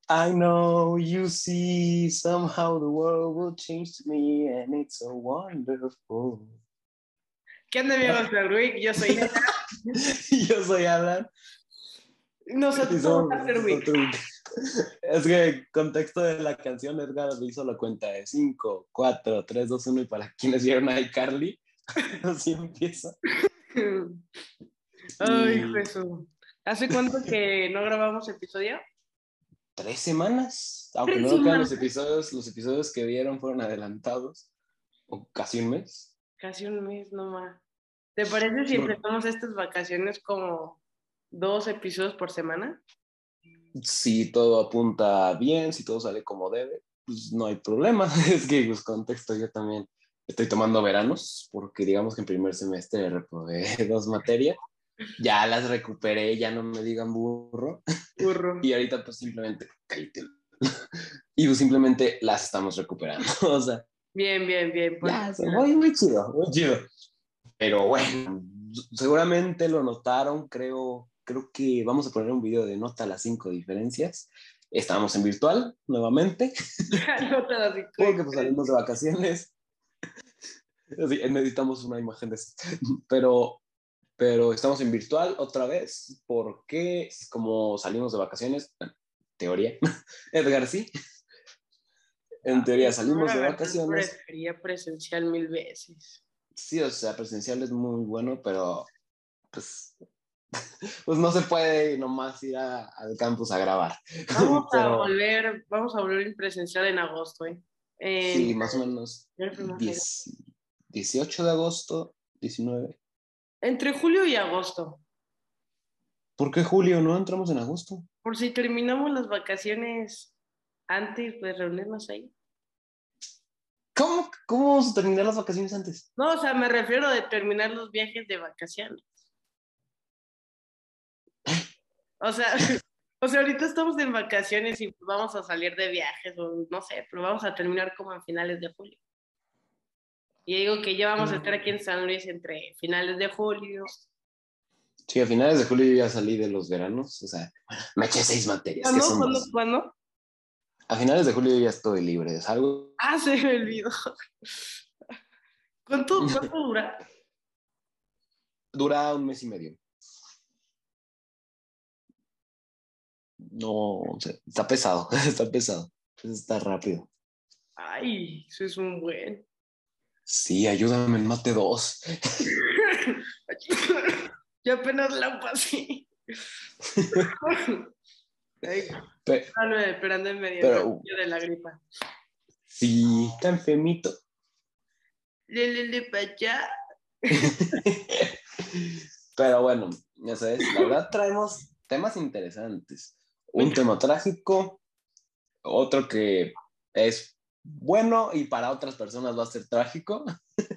I know you see somehow the world will change to me and it's so wonderful. ¿Qué onda, amigos de Ruick? Yo soy Ana. Yo soy Alan. Nosotros somos After Week. Es que el contexto de la canción, Edgar hizo la cuenta de 5, 4, 3, 2, 1 y para quienes vieron a iCarly, así empieza. Ay, Jesús. ¿Hace cuánto que no grabamos episodio? 3 semanas, aunque 3 no lo crean, semanas. los episodios que vieron fueron adelantados, o casi un mes. Casi un mes nomás. ¿Te parece si No. empezamos estas vacaciones como 2 episodios por semana? Si todo apunta bien, si todo sale como debe, pues no hay problema. Es que, pues, contexto, yo también estoy tomando veranos, porque digamos que en primer semestre reprobé 2 materias. Ya las recuperé, ya no me digan burro. Burro. Y ahorita pues simplemente cállate. Y pues simplemente las estamos recuperando. O sea, Bien, bien, bien. ya, muy chido, muy chido. Pero bueno, seguramente lo notaron, creo que vamos a poner un video de nota las 5 diferencias. Estamos en virtual nuevamente, No te las porque pues salimos de vacaciones. Así, necesitamos una imagen de eso. Pero estamos en virtual otra vez, porque como salimos de vacaciones, teoría, Edgar sí, en teoría salimos de vacaciones. Prefería presencial 1000 veces. Sí, o sea, presencial es muy bueno, pero pues no se puede nomás ir al campus a grabar. Vamos Pero a volver en presencial en agosto, ¿eh? sí, más o menos 18 de agosto, 19. Entre julio y agosto. ¿Por qué julio? No entramos en agosto. Por si terminamos las vacaciones antes, pues reunirnos ahí. ¿Cómo vamos a terminar las vacaciones antes? No, o sea, me refiero de terminar los viajes de vacaciones. O sea, ahorita estamos en vacaciones y vamos a salir de viajes o no sé, pero vamos a terminar como a finales de julio. Y digo que ya vamos a estar aquí en San Luis entre finales de julio. Sí, a finales de julio yo ya salí de los veranos, o sea, me eché 6 materias. ¿Cuándo? A finales de julio yo ya estoy libre, salgo. Ah, se me olvidó. ¿Cuánto dura? Dura un mes y medio. No, o sea, está pesado, está pesado. Está rápido. Ay, eso es un buen. Sí, ayúdame en mate 2. Yo apenas la pasé. Ay, esperando en medio de la gripa. Sí, está enfermito. Le pa' allá. Pero bueno, ya sabes, la verdad traemos temas interesantes. Un tema trágico, otro que es bueno y para otras personas va a ser trágico.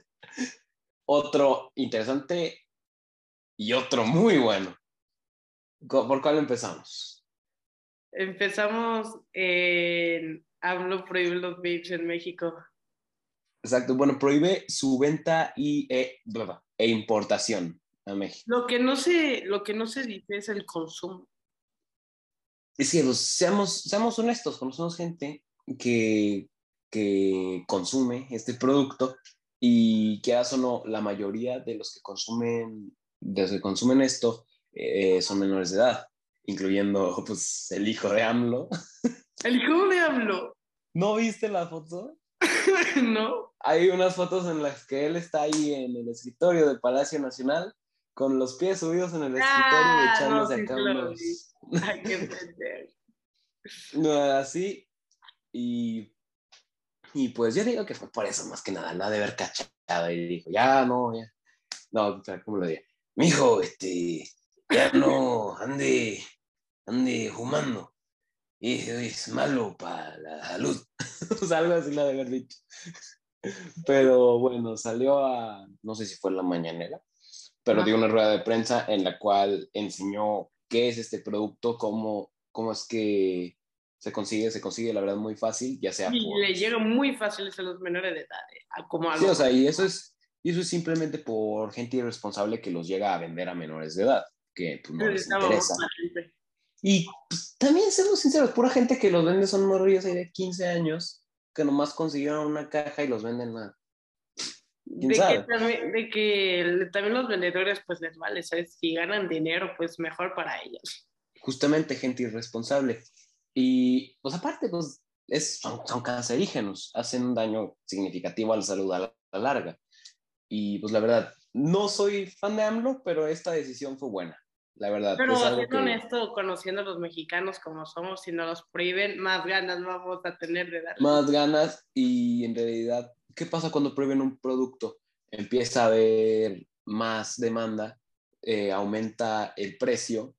Otro interesante y otro muy bueno. ¿Por cuál empezamos? Empezamos en AMLO prohíbe los vapes en México. Exacto, bueno, prohíbe su venta e importación a México. Lo que no se dice es el consumo. Es que pues, seamos honestos, conocemos gente que consume este producto y quieras o no, la mayoría de los que consumen esto son menores de edad, incluyendo pues el hijo de AMLO. ¿El hijo de AMLO? ¿No viste la foto? No. Hay unas fotos en las que él está ahí en el escritorio del Palacio Nacional con los pies subidos en el escritorio y echándose no, sí, acá claro, unos... Ay, qué pendejo. No, así y pues yo digo que fue por eso más que nada, la de haber cachado y dijo, ya, no, ¿cómo lo diría? Mijo, ya no ande fumando, es malo para la salud. O sea, algo así la de haber dicho. Pero bueno, salió no sé si fue en la mañanera, pero dio una rueda de prensa en la cual enseñó qué es este producto, cómo es que se consigue la verdad muy fácil, ya sea Y le llega muy fácil a los menores de edad, como algo. Sí, o sea, y eso es simplemente por gente irresponsable que los llega a vender a menores de edad, que pues, no les interesa. Y pues, también, seamos sinceros, pura gente que los vende son morrillos ahí de 15 años que nomás consiguieron una caja y los venden a... ¿Quién sabe? También los vendedores pues les vale, ¿sabes? Si ganan dinero, pues mejor para ellos. Justamente gente irresponsable. Y pues aparte, pues son cancerígenos, hacen un daño significativo a la salud a la larga. Y pues la verdad, no soy fan de AMLO, pero esta decisión fue buena. La verdad, es Pero algo siendo que honesto, conociendo a los mexicanos como somos, si nos los prohíben, más ganas vamos a tener de darle. más ganas y en realidad, ¿qué pasa cuando prohíben un producto? Empieza a haber más demanda, aumenta el precio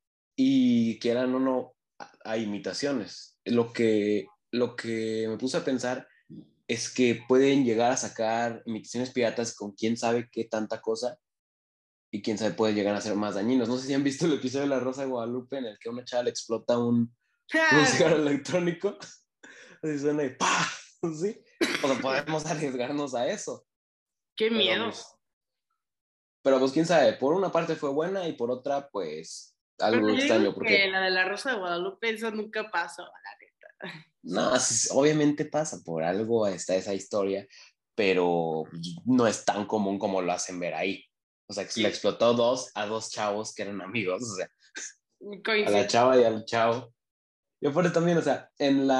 y quieran o no, hay imitaciones. Lo que me puse a pensar es que pueden llegar a sacar imitaciones piratas con quién sabe qué tanta cosa y quién sabe puede llegar a ser más dañinos. No sé si han visto el episodio de La Rosa de Guadalupe en el que a una chava le explota un cigarro electrónico, así suena y ¡pah! ¿Sí? O sea, podemos arriesgarnos a eso. ¡Qué Pero miedo! pues quién sabe, por una parte fue buena y por otra pues Pero algo yo digo extraño, que porque la de la Rosa de Guadalupe, eso nunca pasó, la neta. no, obviamente pasa, por algo está esa historia, pero no es tan común como lo hacen ver ahí. O sea, que se le Sí, explotó a dos chavos que eran amigos, o sea, a la coincido. chava y al chavo. Yo por eso también, o sea,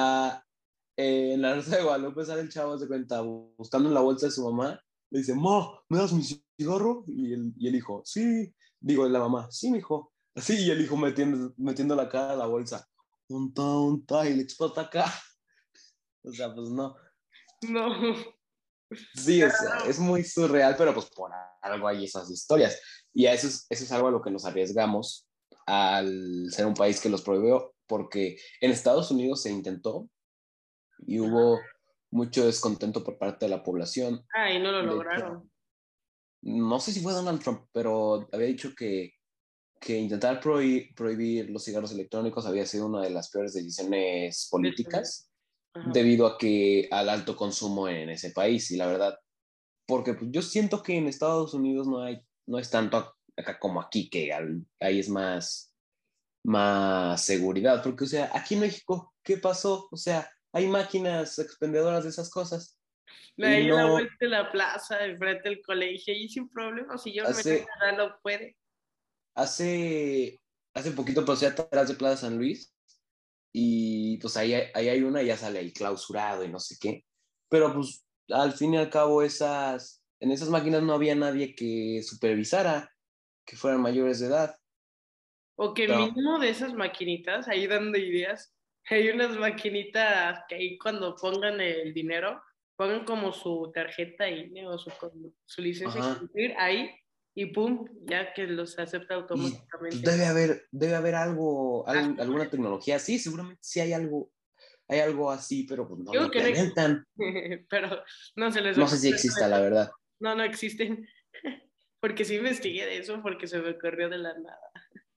en la Rosa de Guadalupe sale el chavo, se cuenta, buscando en la bolsa de su mamá, le dice, Ma, ¿me das mi cigarro? Y el hijo, sí. Digo, la mamá, sí, mijo. Así, y el hijo metiendo la cara a la bolsa, unta, y le explota acá. O sea, pues no. No. Sí, o sea, es muy surreal, pero pues por algo hay esas historias. Y eso es algo a lo que nos arriesgamos al ser un país que los prohibió, porque en Estados Unidos se intentó y hubo mucho descontento por parte de la población. Ay, no lo De hecho, lograron. no sé si fue Donald Trump, pero había dicho que intentar prohibir los cigarros electrónicos había sido una de las peores decisiones De su vida. políticas Ajá. debido al alto consumo en ese país. Y la verdad, porque pues, yo siento que en Estados Unidos no es tanto acá como aquí, que ahí es más seguridad, porque, o sea, aquí en México, ¿qué pasó? O sea, hay máquinas expendedoras de esas cosas y Ahí en la no vuelta de la plaza, enfrente del colegio, y sin problema, si yo me hace, lo puede. hace, hace poquito pasé atrás de Plaza San Luis y pues ahí hay una y ya sale ahí clausurado y no sé qué, pero pues al fin y al cabo en esas máquinas no había nadie que supervisara que fueran mayores de edad. O que Pero, mínimo de esas maquinitas, ahí dando ideas, hay unas maquinitas que ahí cuando pongan el dinero, pongan como su tarjeta INE o su licencia de ajá, conducir ahí y pum, ya que los acepta y pues automáticamente. debe haber alguna Azul. tecnología así, seguramente sí hay algo así, pero pues no Yo la creo que no implementan. existe, pero no se les No sé si ocurre. exista, la verdad. No, no existen. Porque sí investigué de eso, porque se me ocurrió de la nada.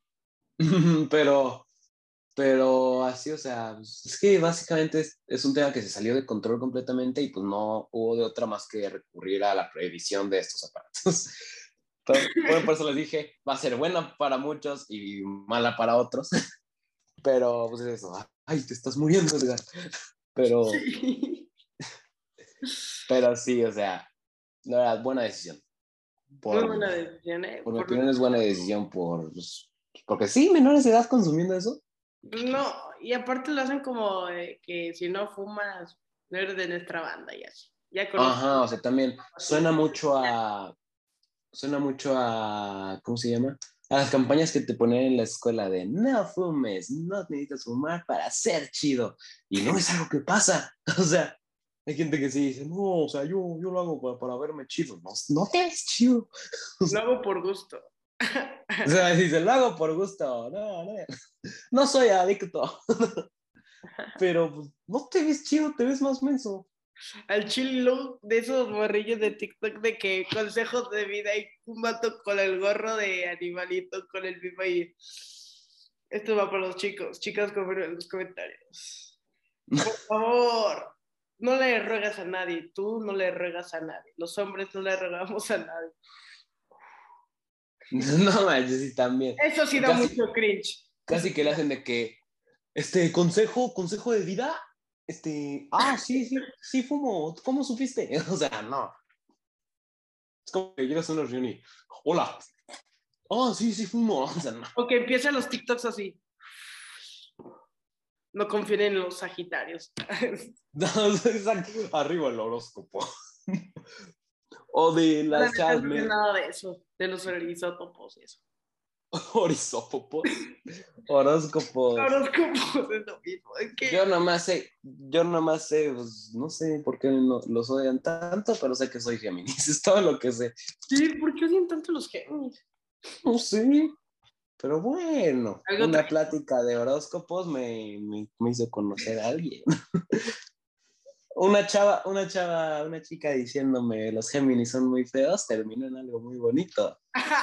Pero, pero así, o sea, pues, es que básicamente es un tema que se salió de control completamente y pues no hubo de otra más que recurrir a la prohibición de estos aparatos. Bueno, por eso les dije, va a ser buena para muchos y mala para otros, pero pues es eso, ay, te estás muriendo, Edgar. Pero, Sí. pero sí, o sea, la verdad, buena decisión. Muy Por, buena decisión, ¿eh? por mi opinión es buena decisión porque sí, menores de edad consumiendo eso. No, y aparte lo hacen como que si no fumas, no eres de nuestra banda y así. Ya conozco Ajá, o sea, también así. suena mucho a, ¿cómo se llama? A las campañas que te ponen en la escuela de no fumes, no necesitas fumar para ser chido. Y no es algo que pasa. O sea, hay gente que sí dice, no, o sea, yo lo hago para verme chido. No, no te ves chido. Lo hago por gusto. O sea, dice, lo hago por gusto. No, no, no soy adicto. Pero pues, no te ves chido, te ves más menso. Al chill look de esos morrillos de TikTok de que consejos de vida y un vato con el gorro de animalito con el pipa y esto va para los chicos, chicas en los comentarios. Por favor, no le ruegas a nadie, tú no le ruegas a nadie, los hombres no le rogamos a nadie. No manches, sí, también. Eso sí da Casi, mucho cringe. casi que le hacen de que, consejo de vida, sí fumo, ¿cómo supiste? O sea, no. Es como que llegas a una reunión y, hola, sí fumo, o sea, no. O que empiezan los TikToks así. No confíen en los Sagitarios. No, exacto, arriba el horóscopo. O de La las neta chavas, no sé nada de eso, de los isótopos y eso. horizópopos, horóscopos. Horóscopos es lo mismo. Es que... Yo nomás sé, pues, no sé por qué no los odian tanto, pero sé que soy Géminis, es todo lo que sé. Sí, ¿por qué odian tanto los Géminis? No sé, pero bueno, Algo una trágico. plática de horóscopos me hizo conocer a alguien. Una chica diciéndome los Géminis son muy feos, terminó en algo muy bonito.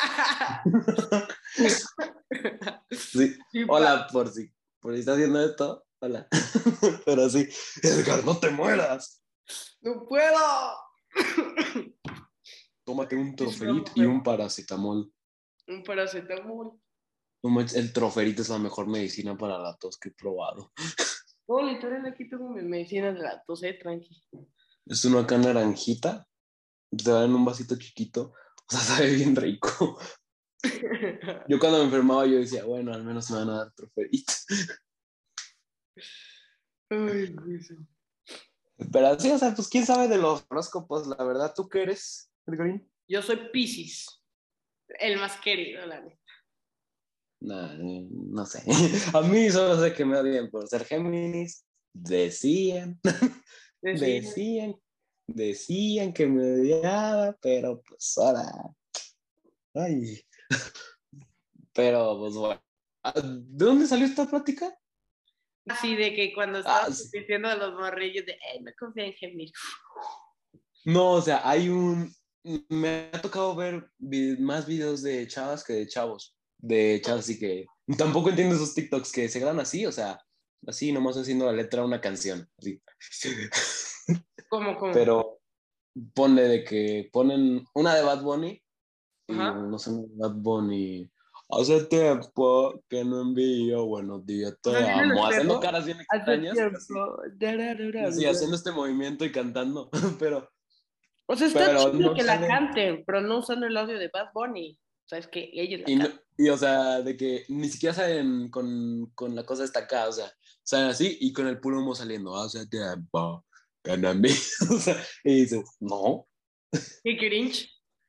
Sí, Sí, hola, por si estás haciendo esto, hola. Pero sí, Edgar, no te mueras. no puedo. Tómate un Sí, sí, troferit y un paracetamol. un paracetamol. No manches, el troferit es la mejor medicina para la tos que he probado. No, literal, aquí tengo mis medicinas de la tos, tranqui. Es una acá naranjita, te dan un vasito chiquito, o sea, sabe bien rico. Yo cuando me enfermaba yo decía, bueno, al menos me van a dar troferit. Ay, Luis. Pero sí, o sea, pues quién sabe de los horóscopos, la verdad, ¿tú qué eres, Edgarín? Yo soy Piscis, el más querido, la neta. Nah, no sé. A mí solo sé que me odian por ser Géminis. Decían, Decía, decían, decían que me odiaba, pero pues ahora, ay, pero pues bueno. ¿De dónde salió esta plática? así de que cuando Ah, estabas sí. diciendo a los morrillos de, no confía en Géminis. No, o sea, me ha tocado ver más videos de chavas que de chavos. De chavas, así que tampoco entiendo esos TikToks que se graban así, o sea, así nomás haciendo la letra de una canción. Así. ¿Cómo? Pero ponle de que ponen una de Bad Bunny y Ajá. no sé, Bad Bunny. Hace tiempo que no envío buenos días, O sea, te viene el amo. Haciendo espejo, caras bien hace extrañas, así. tiempo. Sí, haciendo este movimiento y cantando, pero, O sea, está pero chido no que la sale. canten, pero no usando el audio de Bad Bunny. O sea, es que ellos la Y, cantan. y, o sea, de que ni siquiera salen con la cosa destacada, o sea, salen así y con el puro humo saliendo. Hace tiempo que no envío. O sea, y dices, no. Qué cringe.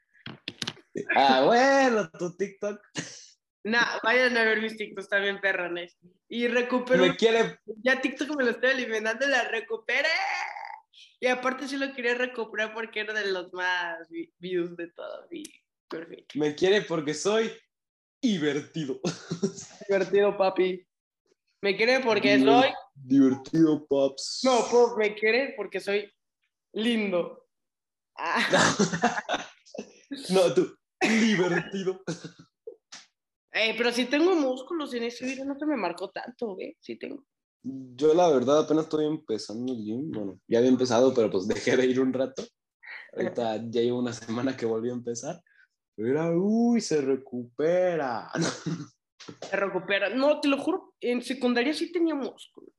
Bueno, tu TikTok Nah, vayan a ver mis TikToks también, perrones. Y recupero. me quiere. Ya TikTok me lo estoy eliminando, la recuperé. Y aparte sí lo quería recuperar porque era de los más views de todo. Y perfecto. Me quiere porque soy divertido. Divertido, papi. Me quiere porque soy. Divertido, No, pops. pues me quiere porque soy lindo. Ah. No, tú, divertido. Pero sí tengo músculos en ese video, no se me marcó tanto, ¿eh? Sí tengo. Yo la verdad apenas estoy empezando el gym. Bueno, ya había empezado, pero pues dejé de ir un rato. Ahorita ya llevo una semana que volví a empezar. Pero, uy, se recupera. Se recupera. No, te lo juro, en secundaria sí tenía músculo.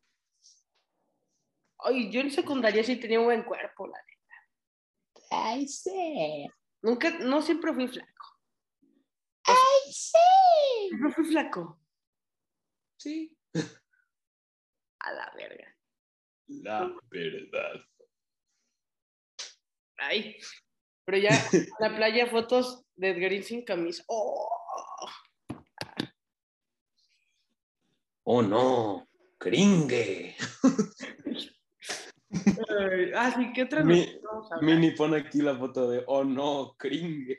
Ay, yo en secundaria sí tenía un buen cuerpo, la neta. Ay, sí. Nunca, no siempre fui flaco. O sea, Ay, sí. no fui flaco. Sí. A la verga. La verdad. Ay, pero ya en la playa fotos de Edgarín sin camisa. Oh. Oh, no. Gringue. Ay, sí, ¿qué otra Mi, noticia vamos a hablar? Mini pone aquí la foto de, oh, no, gringue.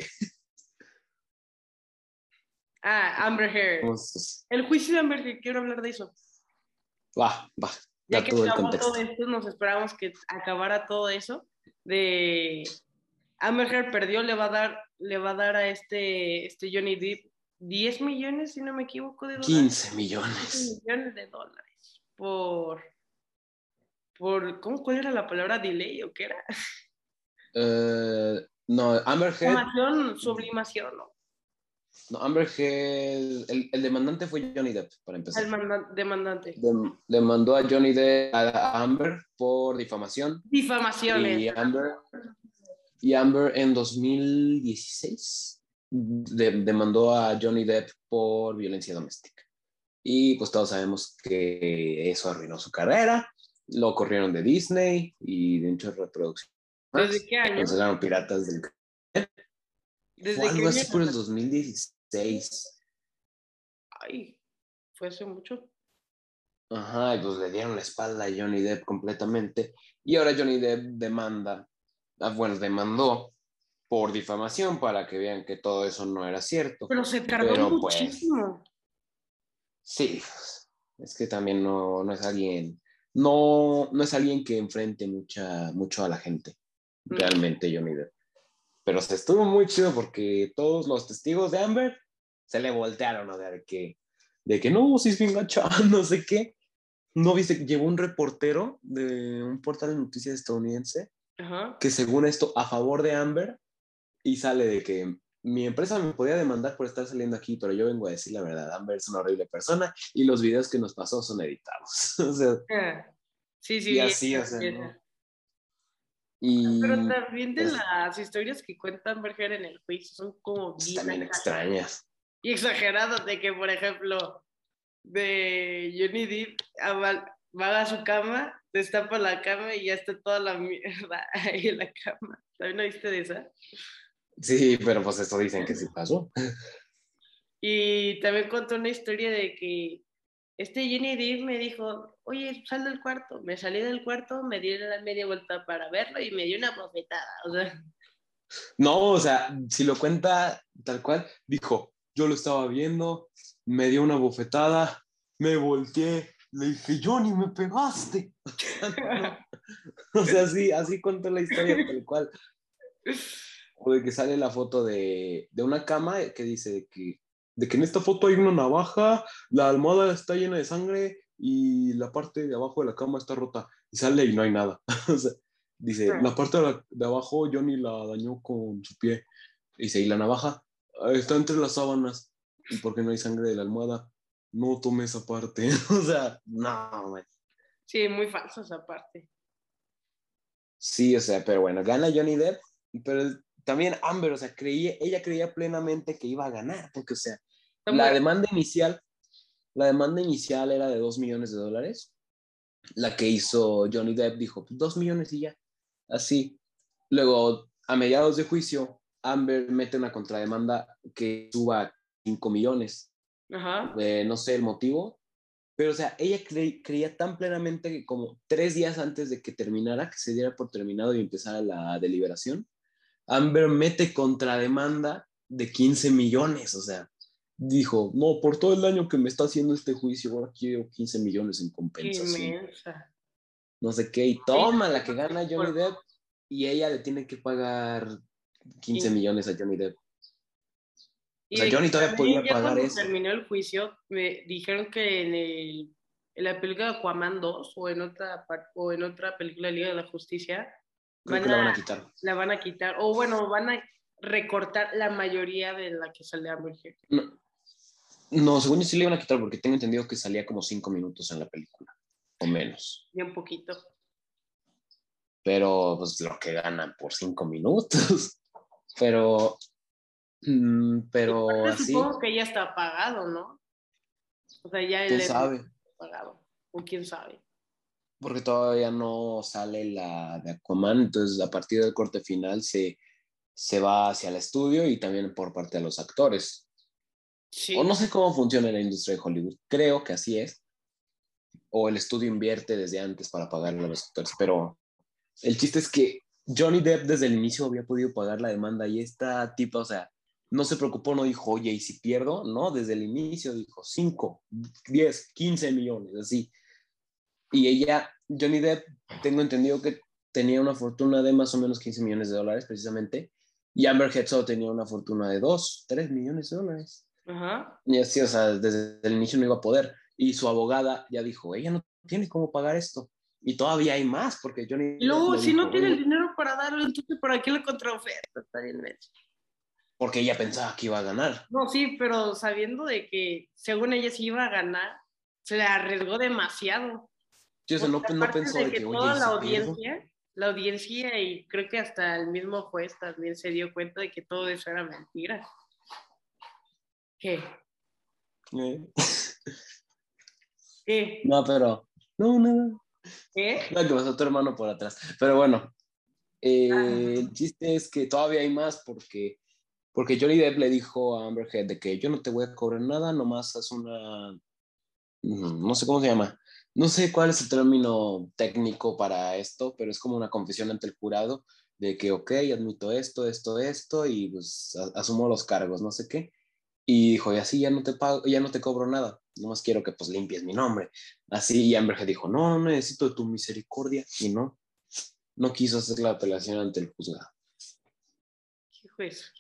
Ah, Amber Heard. Vamos, El juicio de Amber Heard, quiero hablar de eso. va, Ya da que todo el acabó todo contexto. esto, nos esperamos que acabara todo eso de Amber Heard perdió, le va a dar a este Johnny Depp 10 millones, si no me equivoco, de dólares. 15 millones. $15 millones ¿cuál era la palabra? ¿Delay o qué era? No, Amber Heard, Sublimación, ¿no? No, Amber Heard, el demandante fue Johnny Depp, para empezar. Demandante. Demandó a Johnny Depp, a Amber por difamación. Difamaciones. Y Amber en 2016 demandó a Johnny Depp por violencia doméstica. Y pues todos sabemos que eso arruinó su carrera. Lo corrieron de Disney y de muchas reproducciones. ¿Desde qué año? Cancelaron Piratas del Caribe. Fue algo así por el 2016. Ay, fue hace mucho. Ajá, y pues le dieron la espalda a Johnny Depp completamente. Y ahora Johnny Depp demandó por difamación para que vean que todo eso no era cierto. Pero se tardó muchísimo. Sí, es que también no es alguien, no es alguien que enfrente mucho a la gente, realmente Johnny Depp. Pero se estuvo muy chido porque todos los testigos de Amber se le voltearon a ver de que no, si es bien gacha, no sé qué. ¿No viste que llegó un reportero de un portal de noticias estadounidense que según esto a favor de Amber y sale de que mi empresa me podía demandar por estar saliendo aquí, pero yo vengo a decir la verdad, Amber es una horrible persona y los videos que nos pasó son editados. O sea, sí, y así, o sea, ¿no? Y, pero también de las historias que cuentan Amber Heard en el juicio son como bien también extrañas. Y exageradas de que, por ejemplo, de Johnny Depp va a su cama, destapa la cama y ya está toda la mierda ahí en la cama. ¿También no viste de esa? Sí, pero pues esto dicen que sí pasó. Y también contó una historia de que Johnny Depp me dijo, oye, sal del cuarto. Me salí del cuarto, me di la media vuelta para verlo y me dio una bofetada. O sea, no, o sea, si lo cuenta tal cual, dijo, yo lo estaba viendo, me dio una bofetada, me volteé, le dije, Johnny, me pegaste. O sea, así contó la historia tal cual. O de que sale la foto de una cama que dice de que en esta foto hay una navaja, la almohada está llena de sangre y la parte de abajo de la cama está rota. Y sale y no hay nada. O sea, dice, la parte de abajo Johnny la dañó con su pie. Dice, y la navaja está entre las sábanas. ¿Y porque no hay sangre de la almohada? No tomé esa parte. O sea, no, man. Sí, muy falso esa parte. Sí, o sea, pero bueno, gana Johnny Depp, pero también Amber, o sea, ella creía plenamente que iba a ganar, porque, o sea, la demanda inicial era de $2 millones. La que hizo Johnny Depp dijo, pues 2 millones y ya, así. Luego, a mediados de juicio, Amber mete una contrademanda que suba 5 millones. Ajá. No sé el motivo, pero, o sea, ella creía tan plenamente que como 3 días antes de que terminara, que se diera por terminado y empezara la deliberación, Amber mete contrademanda de 15 millones, o sea, dijo, no, por todo el daño que me está haciendo este juicio, ahora quiero 15 millones en compensación. Inmensa. No sé qué, y toma la que gana Johnny Depp y ella le tiene que pagar 15 millones a Johnny Depp. O sea, Johnny todavía podía pagar eso. Cuando terminó el juicio, me dijeron que en la película de Aquaman 2 o en otra película de Liga de la Justicia, Creo que la van a quitar. La van a quitar, o bueno, van a recortar la mayoría de la que sale Amber Heard. No, según yo sí le iban a quitar porque tengo entendido que salía como 5 minutos en la película, o menos. Y un poquito. Pero pues lo que ganan por 5 minutos. Pero así. Supongo que ya está pagado, ¿no? O sea, ya ¿Quién sabe? Pagado. O quién sabe. Porque todavía no sale la de Aquaman, entonces a partir del corte final se va hacia el estudio y también por parte de los actores. Sí. O no sé cómo funciona la industria de Hollywood, creo que así es. O el estudio invierte desde antes para pagarle a los actores, pero el chiste es que Johnny Depp desde el inicio había podido pagar la demanda y esta tipa, o sea, no se preocupó, no dijo, oye, ¿y si pierdo? No, desde el inicio dijo 5, 10, 15 millones, así. Y ella, Johnny Depp, tengo entendido que tenía una fortuna de más o menos $15 millones precisamente, y Amber Heard solo tenía una fortuna de 2, 3 millones de dólares. Ajá. Y así, o sea, desde el inicio no iba a poder. Y su abogada ya dijo, ella no tiene cómo pagar esto. Y todavía hay más, porque Johnny y luego, Depp si dijo, no tiene el dinero para darlo, entonces ¿para qué le contraoferta? Está bien, porque ella pensaba que iba a ganar. No, sí, pero sabiendo de que según ella sí iba a ganar, se le arriesgó demasiado. Yo, o sea, Porque no aparte pensó de de que que, oye, toda ¿y si pierdo? la audiencia y creo que hasta el mismo juez también se dio cuenta de que todo eso era mentira. ¿Qué? Eh. ¿Qué? No, pero, no, nada. ¿Qué? Nada que pasó tu hermano por atrás. Pero bueno, Ah, el chiste es que todavía hay más porque Johnny Depp le dijo a Amber Heard de que yo no te voy a cobrar nada, nomás haz una, no sé cómo se llama, no sé cuál es el término técnico para esto, pero es como una confesión ante el jurado de que, ok, admito esto, y pues asumo los cargos, no sé qué. Y dijo, y así ya no te pago, ya no te cobro nada, nomás quiero que pues limpies mi nombre. Así, y Amber Heard dijo, no, no necesito tu misericordia, y no quiso hacer la apelación ante el juzgado. ¿qué juez?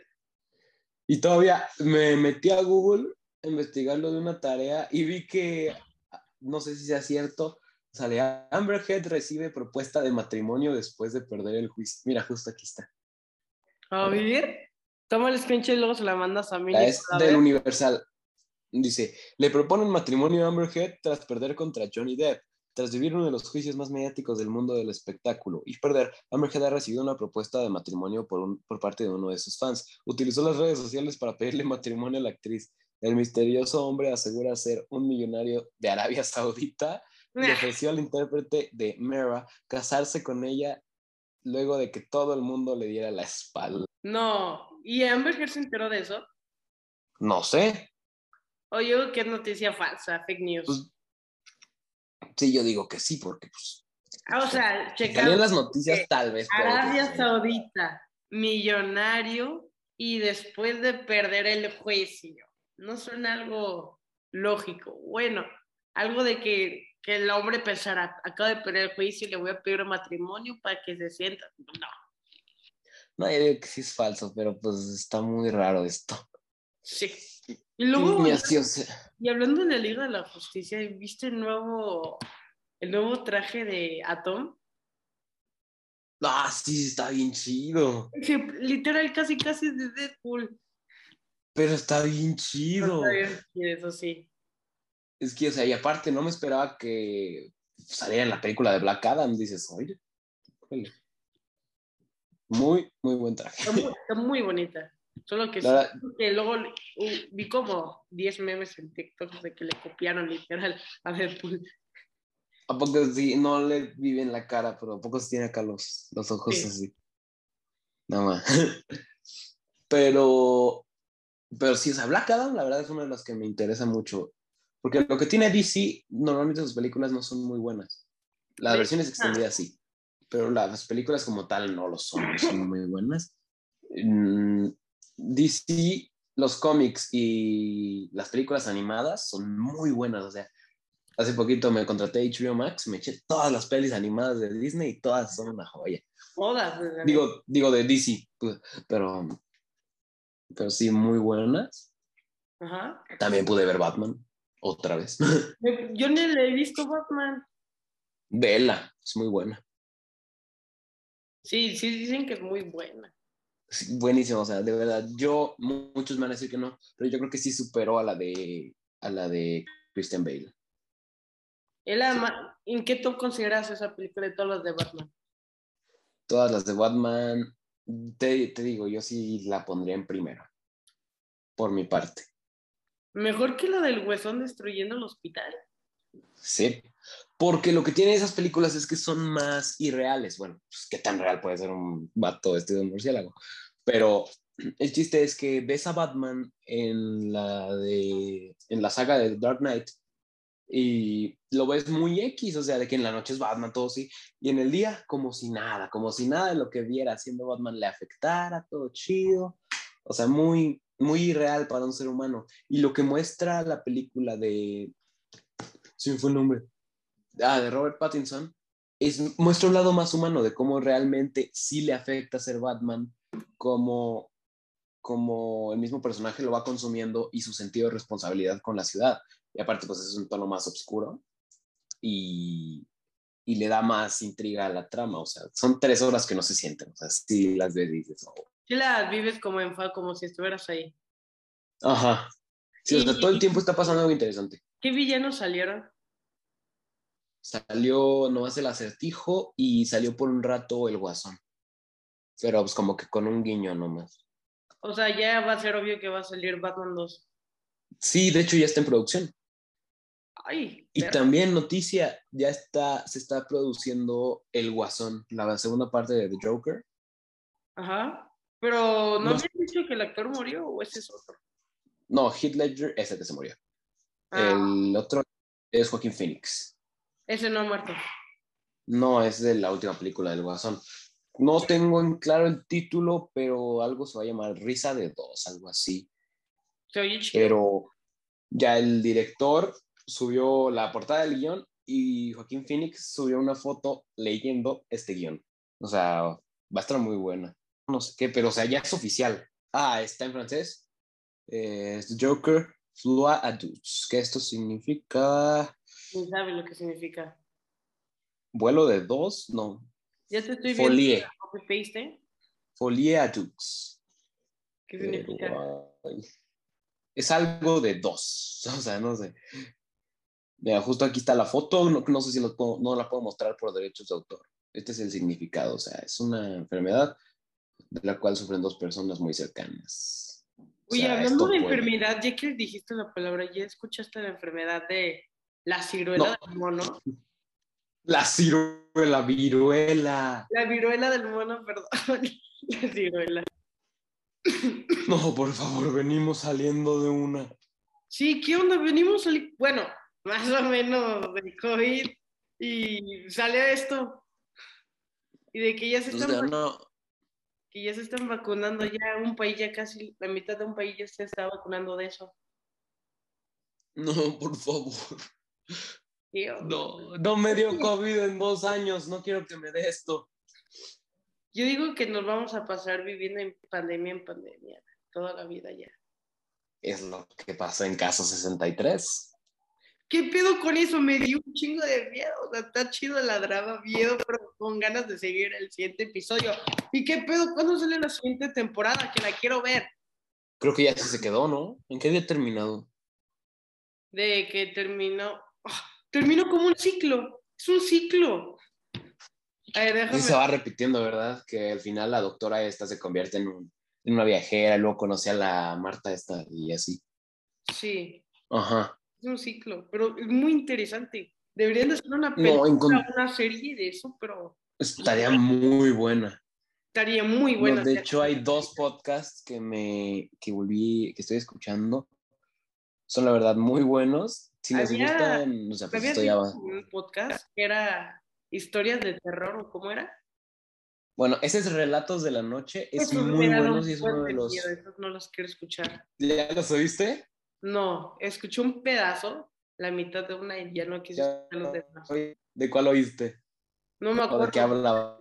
Y todavía me metí a Google a investigarlo de una tarea y vi que, no sé si sea cierto, sale Amber Heard recibe propuesta de matrimonio después de perder el juicio. Mira, justo aquí está. A ver, toma el screenshot y luego se la mandas a La Mini es para del ver. Universal. Dice, le proponen matrimonio a Amber Heard tras perder contra Johnny Depp. Tras vivir uno de los juicios más mediáticos del mundo del espectáculo y perder, Amber Heard ha recibido una propuesta de matrimonio por parte de uno de sus fans. Utilizó las redes sociales para pedirle matrimonio a la actriz. El misterioso hombre asegura ser un millonario de Arabia Saudita. Le Nah, ofreció al intérprete de Mera casarse con ella luego de que todo el mundo le diera la espalda. no, ¿y Amber Heard se enteró de eso? No sé, O yo creo que es noticia falsa, fake news. pues sí, yo digo que sí, porque pues, O sea, si salían checando las noticias, que tal vez puede que sí Arabia sea. Saudita, millonario, y después de perder el juicio. No suena algo lógico. Bueno, algo de que el hombre pensará, acabo de perder el juicio y le voy a pedir matrimonio para que se sienta. No, No, yo digo que sí es falso, pero pues está muy raro esto. sí. Y Sí, luego, ni así, o sea. y hablando de la Liga de la Justicia, ¿viste el nuevo traje de Atom? Ah, sí, está bien chido. Que literal casi es de Deadpool. Pero está bien No está chido. bien, sí, eso sí. Es que, o sea, y aparte no me esperaba que saliera en la película de Black Adam. Dices, oye, híjole, muy, muy buen traje. Está muy bonita. Solo que La sí, verdad, que luego vi como 10 memes en TikTok de que le copiaron literal a Deadpool. ¿a poco sí? No le vi bien la cara, pero ¿a poco sí tiene acá los ojos Sí. así? Nada más. Pero, pero sí, o sea, Black Adam, la verdad es una de las que me interesa mucho. Porque lo que tiene DC, normalmente sus películas no son muy buenas. Las De- versiones ah, extendidas sí, pero las películas como tal no lo son, no son muy buenas. Mm, DC, los cómics y las películas animadas son muy buenas. O sea, hace poquito me contraté HBO Max, me eché todas las pelis animadas de Disney y todas son una joya. todas, desde neta. Digo de DC, pues, pero, pero sí, muy buenas. Ajá. También pude ver Batman otra vez. Yo ni le he visto Batman. Vela, es muy buena. Sí, sí, dicen que es muy buena. Sí, buenísimo, o sea, de verdad, muchos me van a decir que no, pero yo creo que sí superó a la de Christian Bale. Sí. ¿En qué tú consideras esa película de todas las de Batman? Todas las de Batman, te digo, yo sí la pondría en primera, por mi parte. ¿Mejor que la del Huesón destruyendo el hospital? Sí, porque lo que tienen esas películas es que son más irreales. Bueno, pues qué tan real puede ser un vato vestido de murciélago. Pero el chiste es que ves a Batman en la saga de Dark Knight y lo ves muy X, o sea, de que en la noche es Batman, todo sí, y en el día como si nada de lo que viera haciendo Batman le afectara, todo chido, o sea, muy, muy irreal para un ser humano. Y lo que muestra la película sí fue el nombre, de Robert Pattinson, muestra un lado más humano de cómo realmente sí le afecta ser Batman, como el mismo personaje lo va consumiendo y su sentido de responsabilidad con la ciudad. Y aparte, pues es un tono más oscuro y, y le da más intriga a la trama. O sea, son 3 horas que no se sienten. O sea, sí las ves y dices, oh, Sí la vives como como si estuvieras ahí. Ajá. Sí, o sea, todo el ¿Y tiempo está pasando algo interesante. qué villanos salieron? Salió nomás el Acertijo y salió por un rato el Guasón. Pero pues como que con un guiño nomás. O sea, ya va a ser obvio que va a salir Batman 2. Sí, de hecho ya está en producción. Ay, Y también noticia, se está produciendo El Guasón, la segunda parte de The Joker. ajá. Pero ¿no No, habían dicho que el actor murió o ese es otro? no, Heath Ledger es el que se murió. Ah, El otro es Joaquín Phoenix. ese no ha muerto. No, es de la última película del Guasón. No tengo en claro el título, pero algo se va a llamar Risa de Dos, algo así. Se oye chido. Pero ya el director subió la portada del guión y Joaquín Phoenix subió una foto leyendo este guión. O sea, va a estar muy buena. No sé qué, pero o sea, ya es oficial. Ah, está en francés. Es Joker Flua Adults. ¿Qué esto significa? ¿Quién sabe lo que significa? Vuelo de dos, no. Ya te estoy viendo Folie. copy paste. Folie Adults. ¿Qué significa? Pero es algo de dos. O sea, no sé. Mira, justo aquí está la foto, no sé si no la puedo mostrar por derechos de autor. Este es el significado, o sea, es una enfermedad de la cual sufren dos personas muy cercanas. O Oye, sea, hablando de esto puede. enfermedad, ya que dijiste la palabra, ¿ya escuchaste la enfermedad de la ciruela No, del mono? la ciruela, viruela. La viruela del mono, perdón. La ciruela. No, por favor, venimos saliendo de una. Sí, ¿qué onda? Venimos bueno, más o menos del COVID y sale esto. Y de que ya se O están, sea, no, que ya se están vacunando, ya un país, ya casi la mitad de un país ya se está vacunando de eso. no, por favor. ¿Qué onda? No, no me dio COVID en 2 años, no quiero que me dé esto. Yo digo que nos vamos a pasar viviendo en pandemia, toda la vida ya. Es lo que pasó en caso 63. ¿Qué pedo con eso? Me dio un chingo de miedo. O sea, está chido la drama, miedo, pero con ganas de seguir el siguiente episodio. ¿Y qué pedo? ¿Cuándo sale la siguiente temporada? Que la quiero ver. Creo que ya sí se quedó, ¿no? ¿En qué había terminado? De que terminó. Terminó como un ciclo. Es un ciclo. A ver, Sí déjame. se va repitiendo, ¿verdad? Que al final la doctora esta se convierte en una viajera, y luego conoce a la Marta esta y así. Sí, Ajá. es un ciclo, pero es muy interesante. Deberían de hacer una No, película, una serie de eso, pero estaría muy buena. estaría muy No, buena. de hecho hay dos podcasts que estoy escuchando. Son la verdad muy buenos. Si les Había, gustan, o sea, me pues habías esto ya dicho va. en un podcast que era historias de terror, ¿o cómo era? Bueno, ese es Relatos de la Noche, es Esos muy me dan bueno un y es buen uno de de miedo, los... esos no los quiero escuchar. ¿Ya los oíste? No, escuché un pedazo, la mitad de una y ya no quise ¿Ya escuchar los demás. ¿De cuál oíste? No me ¿O de qué acuerdo. hablaba?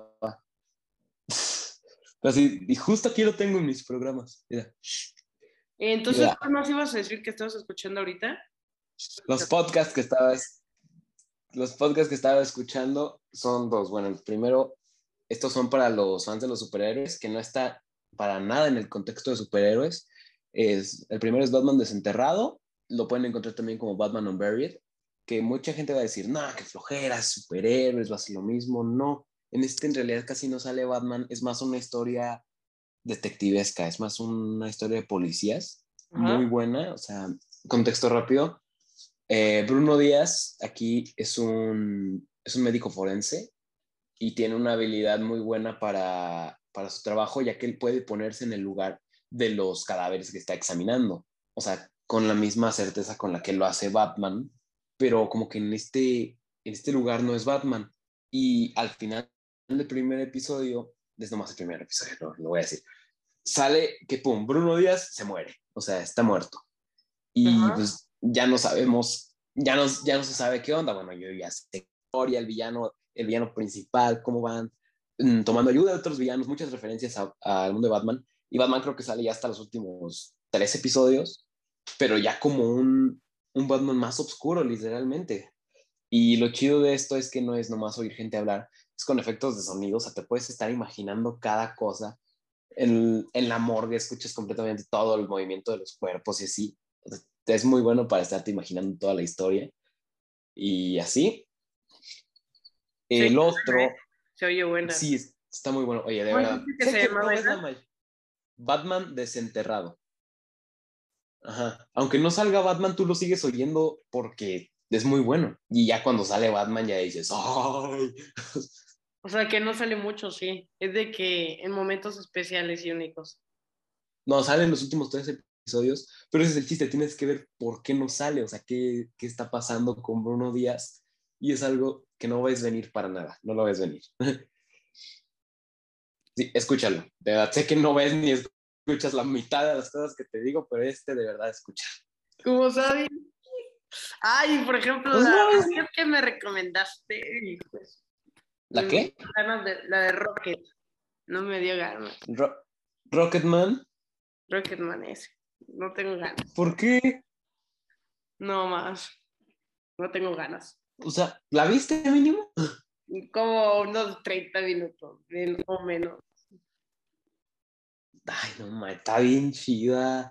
Así, y justo aquí lo tengo en mis programas. Mira, Entonces, mira, ¿qué más ibas a decir que estabas escuchando ahorita? los podcasts que estabas, los podcasts que estaba escuchando son dos. Bueno, el primero, estos son para los fans de los superhéroes, que no está para nada en el contexto de superhéroes. El primero es Batman Desenterrado, lo pueden encontrar también como Batman Unburied, que mucha gente va a decir, no, qué flojera, superhéroes, va a ser lo mismo. No, en este en realidad casi no sale Batman, es más una historia detectivesca, es más una historia de policías, muy Ajá. buena, o sea, contexto rápido. Bruno Díaz aquí es un médico forense y tiene una habilidad muy buena para su trabajo, ya que él puede ponerse en el lugar de los cadáveres que está examinando. O sea, con la misma certeza con la que lo hace Batman, pero como que en este lugar no es Batman. Y al final del primer episodio, es nomás el primer episodio, no, lo voy a decir, sale que, pum, Bruno Díaz se muere, o sea, está muerto. Y Ajá. pues ya no sabemos, ya no se sabe qué onda. Bueno, yo ya sé historia, el villano principal, cómo van tomando ayuda de otros villanos, muchas referencias al mundo de Batman. Y Batman creo que sale ya hasta los últimos 3 episodios, pero ya como un Batman más oscuro, literalmente. Y lo chido de esto es que no es nomás oír gente hablar, es con efectos de sonido, o sea, te puedes estar imaginando cada cosa en la morgue escuchas completamente todo el movimiento de los cuerpos y así. Es muy bueno para estarte imaginando toda la historia. Y así. Sí, El otro, se oye buena. sí, está muy bueno. Oye, de ¿Cómo verdad. dijiste que Sé se que llamaba no ves la esa? Batman Desenterrado. Ajá. Aunque no salga Batman, tú lo sigues oyendo porque es muy bueno. Y ya cuando sale Batman ya dices, ¡ay! O sea, que no sale mucho, sí. Es de que en momentos especiales y únicos. No, salen los últimos 3 episodios, pero ese es el chiste, tienes que ver por qué no sale, o sea, qué está pasando con Bruno Díaz. Y es algo que no ves venir para nada, no lo ves venir. Sí, escúchalo. De verdad, sé que no ves ni escuchas la mitad de las cosas que te digo, pero de verdad escucha. ¿Cómo sabes? Ay, por ejemplo, Pues la no, Rocket que me recomendaste, pues, ¿la no me dio qué? ganas de, la de Rocket, no me dio ganas. Ro- Rocketman. Rocketman ese, no tengo ganas. ¿Por qué? No más, no tengo ganas. O sea, ¿la viste mínimo? Como unos 30 minutos, o menos. Ay, no, está bien chida.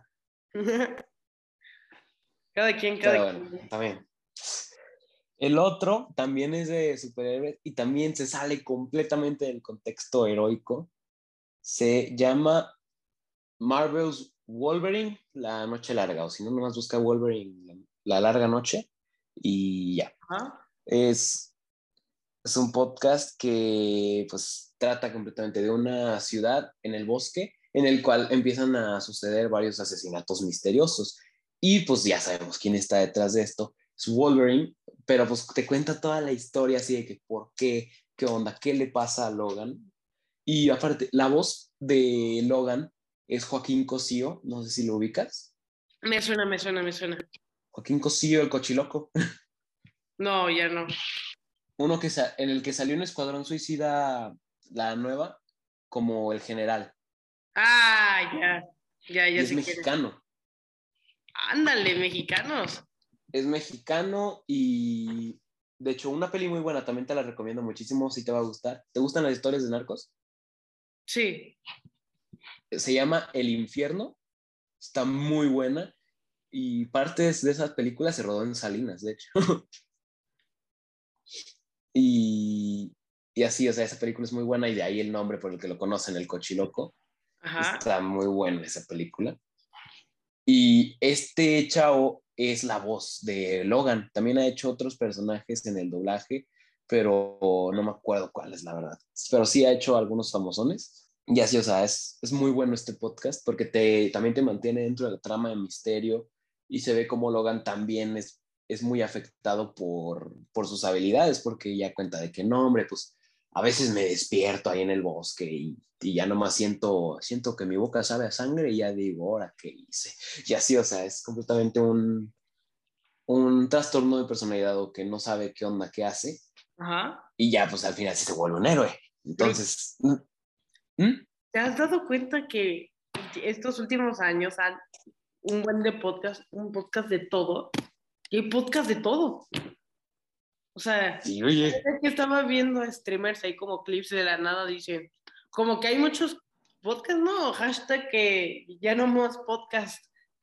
Cada Pero bueno, quien. también. El otro también es de superhéroes y también se sale completamente del contexto heroico. Se llama Marvel's Wolverine, la noche larga, o si no, nomás busca Wolverine, la larga noche, y ya. Ajá. Es un podcast que pues trata completamente de una ciudad en el bosque en el cual empiezan a suceder varios asesinatos misteriosos. Y pues ya sabemos quién está detrás de esto, es Wolverine, pero pues te cuenta toda la historia así de que por qué, qué onda, qué le pasa a Logan. Y aparte, la voz de Logan es Joaquín Cosío, no sé si lo ubicas. Me suena, me suena, me suena. Joaquín Cosío, el cochiloco. No, ya no. Uno en el que salió en Escuadrón Suicida, la nueva, como el general. Ah, ya, ya, Y ya es sé quién es. mexicano. Ándale, mexicanos. Es mexicano y, de hecho, una peli muy buena, también te la recomiendo muchísimo, si te va a gustar. ¿Te gustan las historias de narcos? Sí. Se llama El Infierno, está muy buena y partes de esas películas se rodó en Salinas, de hecho. Y, y así, o sea, esa película es muy buena y de ahí el nombre por el que lo conocen, el Cochiloco. Ajá. Está muy buena esa película. Y este chavo es la voz de Logan. También ha hecho otros personajes en el doblaje, pero no me acuerdo cuáles, la verdad. Pero sí ha hecho algunos famosones. Y así, o sea, es muy bueno este podcast porque también te mantiene dentro de la trama de misterio y se ve como Logan también es muy afectado por sus habilidades, porque ya cuenta de que no, hombre, pues a veces me despierto ahí en el bosque y ya nomás siento que mi boca sabe a sangre y ya digo, ahora, ¿qué hice? Y así, o sea, es completamente un trastorno de personalidad o que no sabe qué onda, qué hace, Ajá. y ya pues al final sí se vuelve un héroe. Pero Entonces, ¿mm? ¿te has dado cuenta que estos últimos años han un buen de podcast, un podcast de todo? Y hay podcast de todo. O sea, Sí, oye, es que estaba viendo a streamers ahí como clips de la nada, dice, como que hay muchos podcasts, ¿no? Hashtag que ya no más podcast.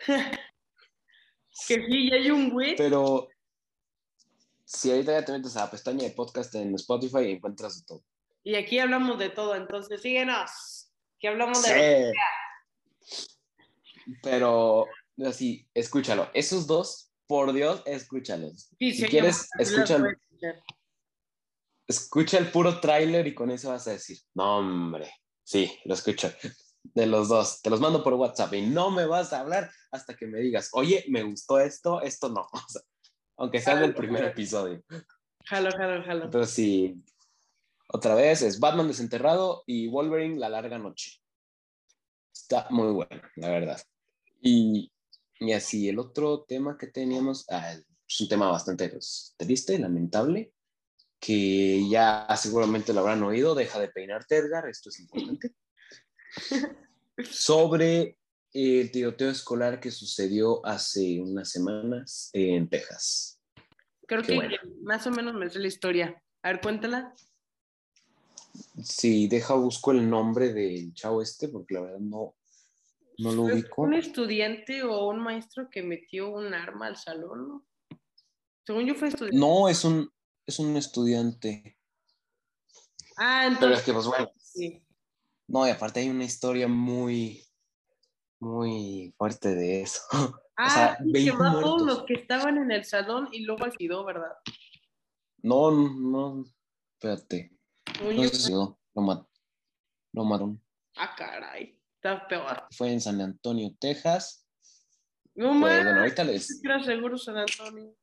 Que sí, ya hay un güey. pero si ahorita ya te metes a la pestaña de podcast en Spotify y encuentras de todo. Y aquí hablamos de todo, entonces síguenos. Que hablamos de lo que Sí, pero así, escúchalo. Esos dos, por Dios, escúchalos. sí, se Si oye bueno, quieres, sí las puedes escuchar. escucha el puro tráiler y con eso vas a decir, no, hombre, sí, lo escucho. De los dos, te los mando por WhatsApp y no me vas a hablar hasta que me digas, oye, me gustó esto no. O sea, aunque sea del primer episodio. Jalo, jalo, jalo. Pero sí, otra vez es Batman Desenterrado y Wolverine La Larga Noche. Está muy bueno, la verdad. Y, y así, el otro tema que teníamos, es un tema bastante pues, triste, lamentable, que ya seguramente lo habrán oído, deja de peinarte, Edgar, esto es importante, sobre el tiroteo escolar que sucedió hace unas semanas en Creo Qué que bueno. más o menos me sé la historia. A ver, cuéntala. Sí, deja, busco el nombre del chavo porque la verdad no lo Fue ubico. un estudiante o un maestro que metió un arma al salón, ¿no? Según yo fue estudiante. No, es un estudiante. Ah, Pero es entonces que, pues bueno, sí. no, y aparte hay una historia muy, muy fuerte de eso. O Ah, sea, sí, quemó 20 a todos los muertos. que estaban en el salón y luego olvidó, ¿verdad? No, no, espérate. Según No yo, sé si lo mataron. ah, caray, está peor. Fue en San Antonio, Texas. No más, Pues bueno, ahorita les... era seguro San Antonio.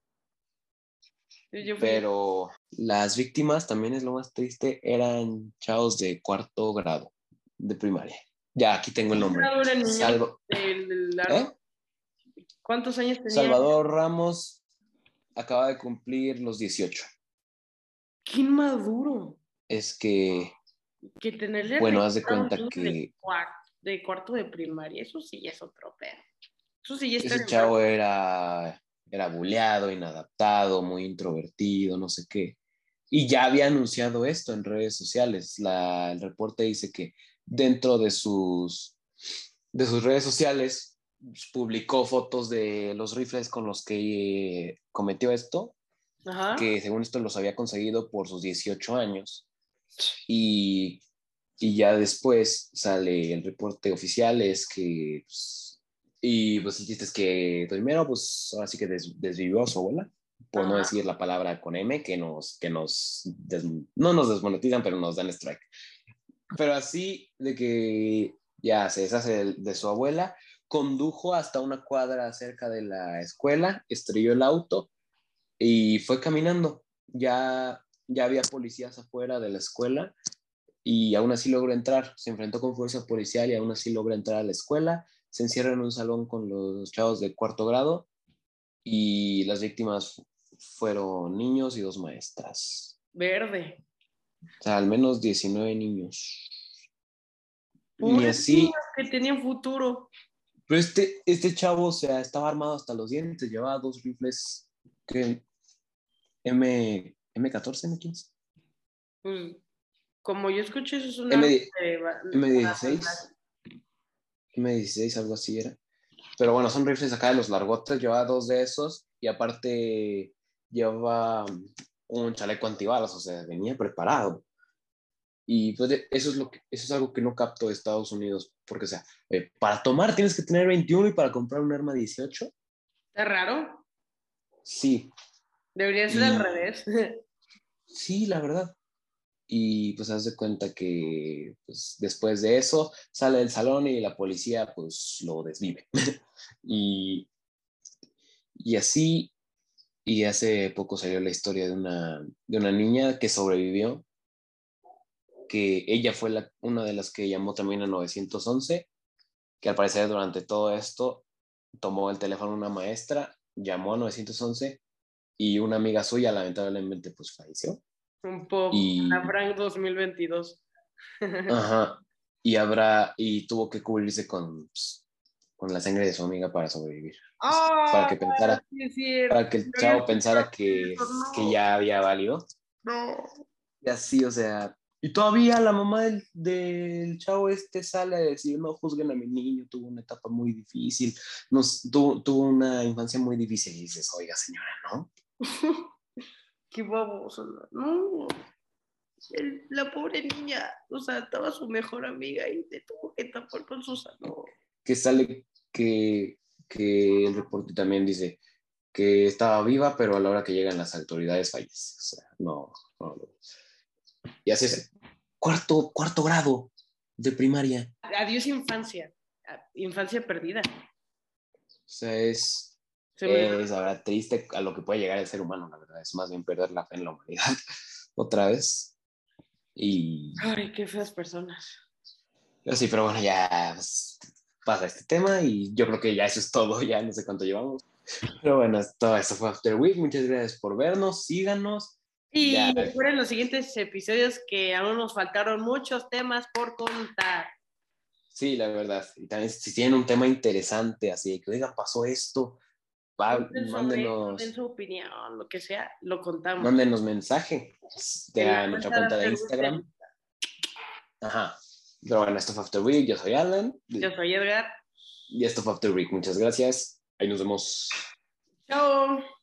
Yo fui. Pero las víctimas, también es lo más triste, eran chavos de cuarto grado de primaria. Ya, aquí tengo el nombre. Era el niño Salvo, del arma. ¿eh? ¿Cuántos años tenía? Salvador Ramos acaba de cumplir los 18. ¡Qué inmaduro! Es que, Que tenerle bueno, haz de registrado a un cuenta niño que de cuarto de primaria, eso sí ya es otro pedo. Eso sí ya está ese enfermo. chavo era buleado, inadaptado, muy introvertido, no sé qué. Y ya había anunciado esto en redes sociales. El reporte dice que dentro de sus redes sociales publicó fotos de los rifles con los que cometió esto, Ajá. que según esto los había conseguido por sus 18 años. Y, y ya después sale el reporte oficial, es que, pues, y pues el chiste es que primero, pues ahora sí que desvivió a su abuela, por no Ajá. decir la palabra con M, no nos desmonetizan, pero nos dan strike. Pero así de que ya se deshace de su abuela, condujo hasta una cuadra cerca de la escuela, estrelló el auto y fue caminando. Ya había policías afuera de la escuela y aún así logró entrar. Se enfrentó con fuerza policial y aún así logró entrar a la escuela. Se encierra en un salón con los chavos de cuarto grado y las víctimas fueron niños y dos maestras. Verde. O sea, al menos 19 niños. Ni Pobres niños así. que tenían futuro. Pero este chavo, o sea, estaba armado hasta los dientes, llevaba dos rifles que M14, M15, Pues, como yo escuché, eso es un M, arma M16, M16, algo así era. Pero bueno, son rifles acá de los largotes, llevaba dos de esos y aparte llevaba un chaleco antibalas, o sea, venía preparado. Y pues eso es algo que no capto de Estados Unidos, porque o sea, para tomar tienes que tener 21 y para comprar un arma 18. Está raro. Sí, Debería ser al y revés. sí, la verdad. Y pues haz de cuenta que pues, después de eso sale del salón y la policía pues lo desvive. y, y así, y hace poco salió la historia de una niña que sobrevivió, que ella fue una de las que llamó también a 911, que al parecer durante todo esto tomó el teléfono una maestra, llamó a 911 y una amiga suya lamentablemente pues falleció. Un pop. La Y, Frank 2022. ajá, y tuvo que cubrirse con la sangre de su amiga para sobrevivir. Pues, ¡Ah! Sí, es cierto. para que el Yo había chavo pensara escuchado que, eso. que No, ya había valido. no. Y así, o sea, y todavía la mamá del chavo sale a decir, no juzguen a mi niño, tuvo una etapa muy difícil, tuvo una infancia muy difícil. Y dices, oiga señora, ¿no? Qué baboso. No. La pobre niña, o sea, estaba su mejor amiga y te tuvo que tapar con su salón. Que sale que el reporte también dice que estaba viva, pero a la hora que llegan las autoridades fallece. O sea, no. Y así es, cuarto grado de primaria. Adiós infancia, infancia perdida. O sea, Se me... la verdad triste a lo que puede llegar el ser humano, la verdad. Es más bien perder la fe en la humanidad otra vez. Y Ay, qué feas personas. sí, pero bueno, ya pues, pasa este tema y yo creo que ya eso es todo, ya no sé cuánto llevamos. Pero bueno, todo eso fue After Week. Muchas gracias por vernos, síganos. Y Ya, recuerden los siguientes episodios que aún nos faltaron muchos temas por contar. sí, la verdad. Y también si tienen un tema interesante, así que, oiga, pasó esto, Comenten sobre eso, den mándenos, su opinión, lo que sea, lo contamos. mándenos mensaje En la de nuestra cuenta de cuenta de After Week de Instagram. Ajá. Pero bueno, esto fue After Week. Yo soy Alan. Yo soy Edgar. Y esto fue After Week. Muchas gracias. Ahí nos vemos. Chao.